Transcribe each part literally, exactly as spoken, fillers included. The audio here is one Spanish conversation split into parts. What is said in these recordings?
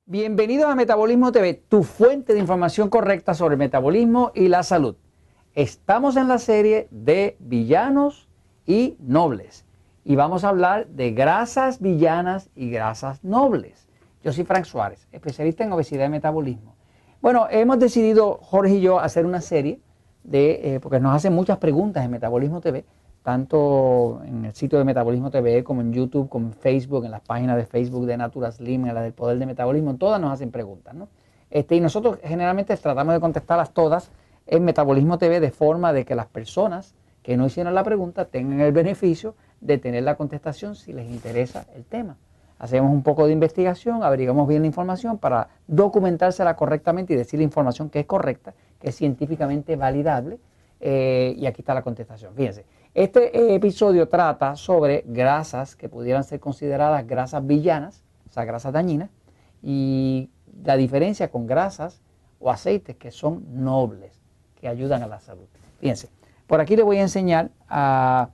Bienvenidos a Metabolismo T V, tu fuente de información correcta sobre el metabolismo y la salud. Estamos en la serie de villanos y nobles y vamos a hablar de grasas villanas y grasas nobles. Yo soy Frank Suárez, especialista en obesidad y metabolismo. Bueno, hemos decidido, Jorge y yo, hacer una serie de, eh, porque nos hacen muchas preguntas en Metabolismo T V, tanto en el sitio de Metabolismo T V como en YouTube, como en Facebook, en las páginas de Facebook de Natura Slim, en la del Poder de Metabolismo, todas nos hacen preguntas, ¿no? Este, y nosotros generalmente tratamos de contestarlas todas en Metabolismo T V de forma de que las personas que no hicieron la pregunta tengan el beneficio de tener la contestación si les interesa el tema. Hacemos un poco de investigación, averiguamos bien la información para documentársela correctamente y decir la información que es correcta, que es científicamente validable, eh, y aquí está la contestación. Fíjense. Este eh, episodio trata sobre grasas que pudieran ser consideradas grasas villanas, o sea, grasas dañinas, y la diferencia con grasas o aceites que son nobles, que ayudan a la salud. Fíjense, por aquí les voy a enseñar a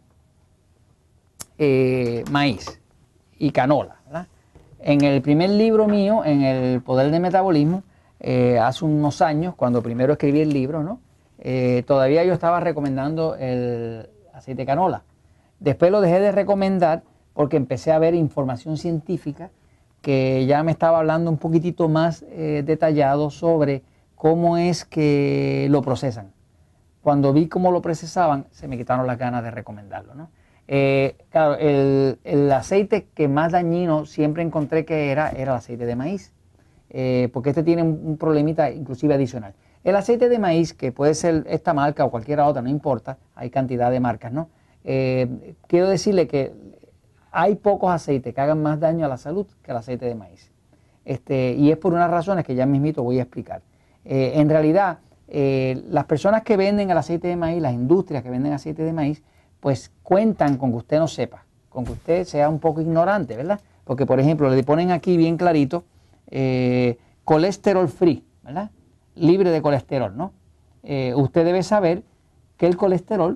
eh, maíz y canola, ¿verdad? En el primer libro mío, en El Poder del Metabolismo, eh, hace unos años, cuando primero escribí el libro, ¿no? Eh, todavía yo estaba recomendando el aceite de canola. Después lo dejé de recomendar porque empecé a ver información científica que ya me estaba hablando un poquitito más eh, detallado sobre cómo es que lo procesan. Cuando vi cómo lo procesaban, se me quitaron las ganas de recomendarlo, ¿no? Eh, claro, el, el aceite que más dañino siempre encontré que era, era el aceite de maíz, eh, porque este tiene un, un problemita inclusive adicional. El aceite de maíz, que puede ser esta marca o cualquier otra, no importa, hay cantidad de marcas, ¿no? Eh, quiero decirle que hay pocos aceites que hagan más daño a la salud que el aceite de maíz. Este, y es por unas razones que ya mismito voy a explicar. Eh, en realidad, eh, las personas que venden el aceite de maíz, las industrias que venden aceite de maíz, pues cuentan con que usted no sepa, con que usted sea un poco ignorante, ¿verdad? Porque, por ejemplo, le ponen aquí bien clarito, eh, colesterol free, ¿verdad? Libre de colesterol, ¿no? Eh, usted debe saber que el colesterol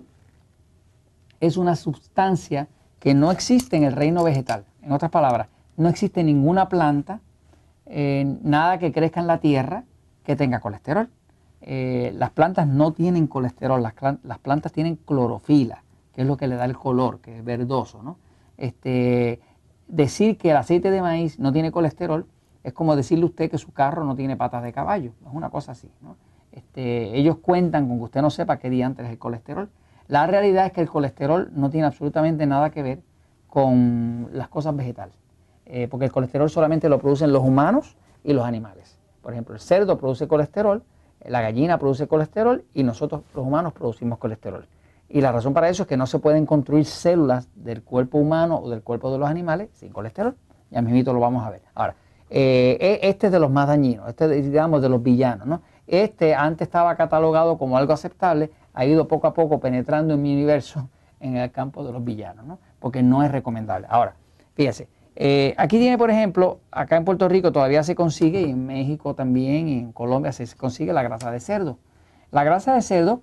es una sustancia que no existe en el reino vegetal. En otras palabras, no existe ninguna planta, eh, nada que crezca en la tierra que tenga colesterol. Eh, las plantas no tienen colesterol, las, las plantas tienen clorofila, que es lo que le da el color, que es verdoso, ¿no? Este, decir que el aceite de maíz no tiene colesterol es como decirle a usted que su carro no tiene patas de caballo, es una cosa así, ¿no? Este, ellos cuentan con que usted no sepa qué diantres es el colesterol. La realidad es que el colesterol no tiene absolutamente nada que ver con las cosas vegetales, eh, porque el colesterol solamente lo producen los humanos y los animales. Por ejemplo, el cerdo produce colesterol, la gallina produce colesterol y nosotros los humanos producimos colesterol. Y la razón para eso es que no se pueden construir células del cuerpo humano o del cuerpo de los animales sin colesterol. Ya mismito lo vamos a ver. Ahora, eh, este es de los más dañinos, este es, digamos, de los villanos, ¿no? Este antes estaba catalogado como algo aceptable, ha ido poco a poco penetrando en mi universo en el campo de los villanos, ¿no? Porque no es recomendable. Ahora, fíjese, eh, aquí tiene, por ejemplo, acá en Puerto Rico todavía se consigue, y en México también, y en Colombia se consigue la grasa de cerdo. La grasa de cerdo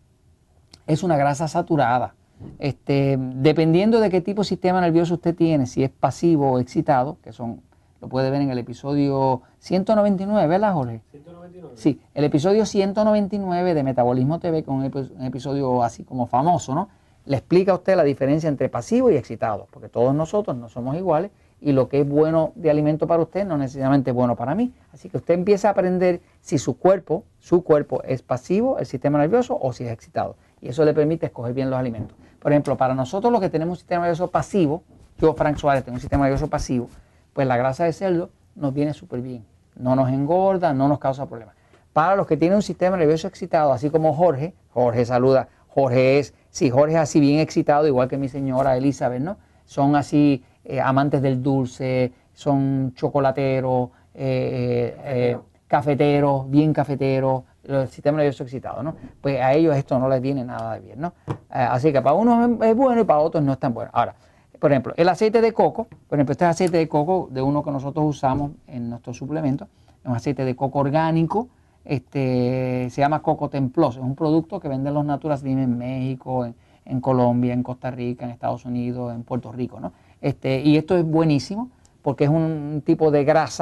es una grasa saturada. Este, dependiendo de qué tipo de sistema nervioso usted tiene, si es pasivo o excitado, que son, lo puede ver en el episodio ciento noventa y nueve, ¿verdad, Jorge? ciento noventa y nueve. Sí, el episodio ciento noventa y nueve de Metabolismo T V, con un episodio así como famoso, ¿no? Le explica a usted la diferencia entre pasivo y excitado, porque todos nosotros no somos iguales y lo que es bueno de alimento para usted no necesariamente es bueno para mí. Así que usted empieza a aprender si su cuerpo, su cuerpo es pasivo, el sistema nervioso, o si es excitado. Y eso le permite escoger bien los alimentos. Por ejemplo, para nosotros los que tenemos un sistema nervioso pasivo, yo, Frank Suárez, tengo un sistema nervioso pasivo, pues la grasa de cerdo nos viene súper bien. No nos engorda, no nos causa problemas. Para los que tienen un sistema nervioso excitado, así como Jorge, Jorge saluda, Jorge es, sí, Jorge es así bien excitado, igual que mi señora Elizabeth, ¿no? Son así eh, amantes del dulce, son chocolateros, eh, eh, cafeteros, bien cafeteros, el sistema nervioso excitado, ¿no? Pues a ellos esto no les viene nada de bien, ¿no? Eh, así que para unos es bueno y para otros no es tan bueno. Ahora, por ejemplo, el aceite de coco, por ejemplo, este es aceite de coco de uno que nosotros usamos en nuestros suplementos, es un aceite de coco orgánico, este, se llama coco temploso, es un producto que venden los Natura Slim en México, en, en Colombia, en Costa Rica, en Estados Unidos, en Puerto Rico, ¿no? Este, y esto es buenísimo porque es un tipo de grasa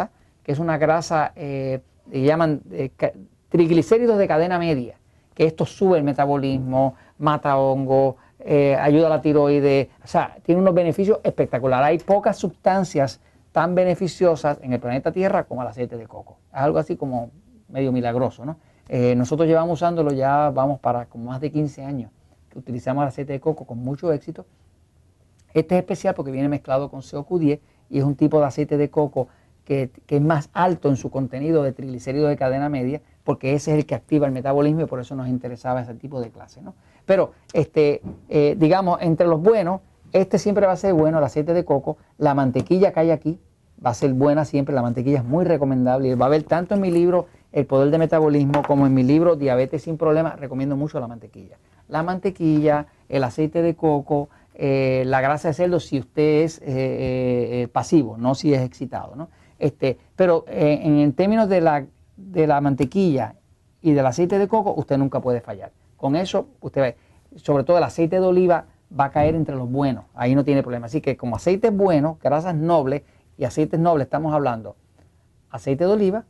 que es una grasa, eh, que llaman eh, triglicéridos de cadena media, que esto sube el metabolismo, mata hongo, eh, ayuda a la tiroides, o sea, tiene unos beneficios espectaculares. Hay pocas sustancias tan beneficiosas en el planeta Tierra como el aceite de coco. Es algo así como medio milagroso, ¿no? Eh, nosotros llevamos usándolo ya, vamos para como más de quince años, que utilizamos el aceite de coco con mucho éxito. Este es especial porque viene mezclado con C O Q diez y es un tipo de aceite de coco que, que es más alto en su contenido de triglicéridos de cadena media, porque ese es el que activa el metabolismo y por eso nos interesaba ese tipo de clase, ¿no? Pero, este, eh, digamos, entre los buenos, este siempre va a ser bueno, el aceite de coco. La mantequilla que hay aquí va a ser buena siempre, la mantequilla es muy recomendable y va a haber tanto en mi libro El Poder de Metabolismo como en mi libro Diabetes sin Problemas, recomiendo mucho la mantequilla. La mantequilla, el aceite de coco, eh, la grasa de cerdo si usted es eh, eh, pasivo, no si es excitado, ¿no? Este, pero eh, en, en términos de la, de la mantequilla y del aceite de coco, usted nunca puede fallar. Con eso, usted ve, sobre todo el aceite de oliva va a caer entre los buenos, ahí no tiene problema. Así que como aceites buenos, grasas nobles y aceites nobles, estamos hablando aceite de oliva,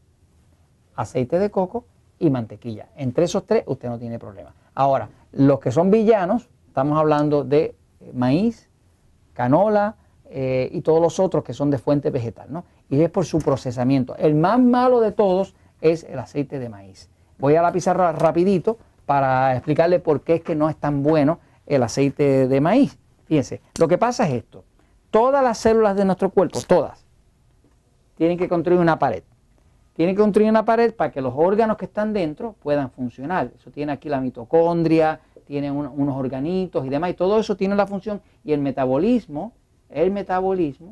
aceite de coco y mantequilla. Entre esos tres usted no tiene problema. Ahora, los que son villanos, estamos hablando de maíz, canola eh, y todos los otros que son de fuente vegetal, ¿no? Y es por su procesamiento. El más malo de todos es el aceite de maíz. Voy a la pizarra rapidito para explicarle por qué es que no es tan bueno el aceite de maíz. Fíjense, lo que pasa es esto. Todas las células de nuestro cuerpo, todas, tienen que construir una pared. Tienen que construir una pared para que los órganos que están dentro puedan funcionar. Eso tiene aquí la mitocondria, tiene un, unos organitos y demás, y todo eso tiene la función. Y el metabolismo, el metabolismo,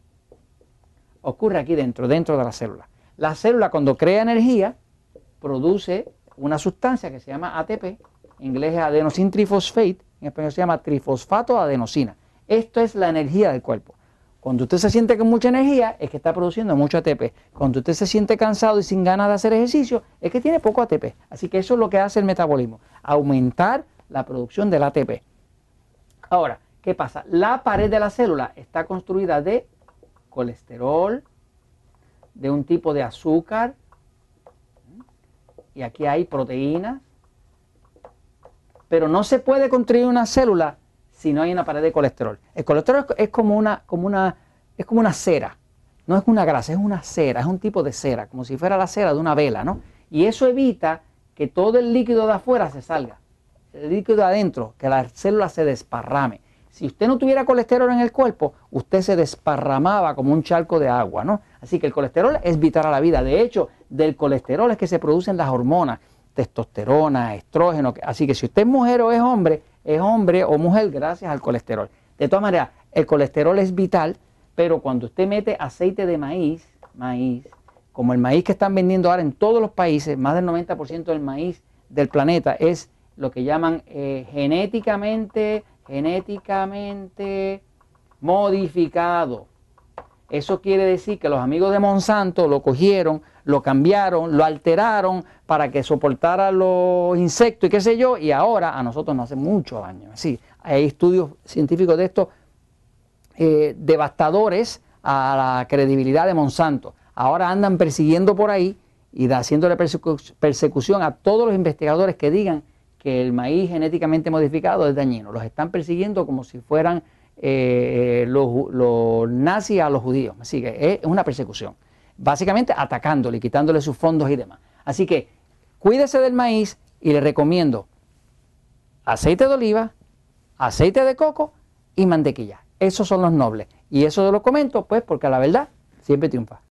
ocurre aquí dentro, dentro de la célula. La célula cuando crea energía, produce una sustancia que se llama A T P, en inglés es adenosine trifosfate, en español se llama trifosfato de adenosina. Esto es la energía del cuerpo. Cuando usted se siente con mucha energía, es que está produciendo mucho A T P. Cuando usted se siente cansado y sin ganas de hacer ejercicio, es que tiene poco A T P. Así que eso es lo que hace el metabolismo, aumentar la producción del A T P. Ahora, ¿qué pasa? La pared de la célula está construida de colesterol, de un tipo de azúcar, y aquí hay proteínas, pero no se puede construir una célula si no hay una pared de colesterol. El colesterol es como una, como una, es como una cera, no es una grasa, es una cera, es un tipo de cera, como si fuera la cera de una vela, ¿no? Y eso evita que todo el líquido de afuera se salga, el líquido de adentro, que la célula se desparrame. Si usted no tuviera colesterol en el cuerpo, usted se desparramaba como un charco de agua, ¿no? Así que el colesterol es vital a la vida. De hecho, del colesterol es que se producen las hormonas, testosterona, estrógeno. Así que si usted es mujer o es hombre, es hombre o mujer gracias al colesterol. De todas maneras, el colesterol es vital, pero cuando usted mete aceite de maíz, maíz, como el maíz que están vendiendo ahora en todos los países, más del noventa por ciento del maíz del planeta es lo que llaman eh, genéticamente, genéticamente modificado. Eso quiere decir que los amigos de Monsanto lo cogieron, lo cambiaron, lo alteraron para que soportara los insectos y qué sé yo, y ahora a nosotros nos hace mucho daño. Sí, hay estudios científicos de esto eh, devastadores a la credibilidad de Monsanto. Ahora andan persiguiendo por ahí y da, haciéndole persecu persecución a todos los investigadores que digan que el maíz genéticamente modificado es dañino. Los están persiguiendo como si fueran eh, los, los nazis a los judíos. Así que es una persecución. Básicamente atacándole, quitándole sus fondos y demás. Así que cuídese del maíz y le recomiendo aceite de oliva, aceite de coco y mantequilla. Esos son los nobles. Y eso lo comento pues porque la verdad siempre triunfa.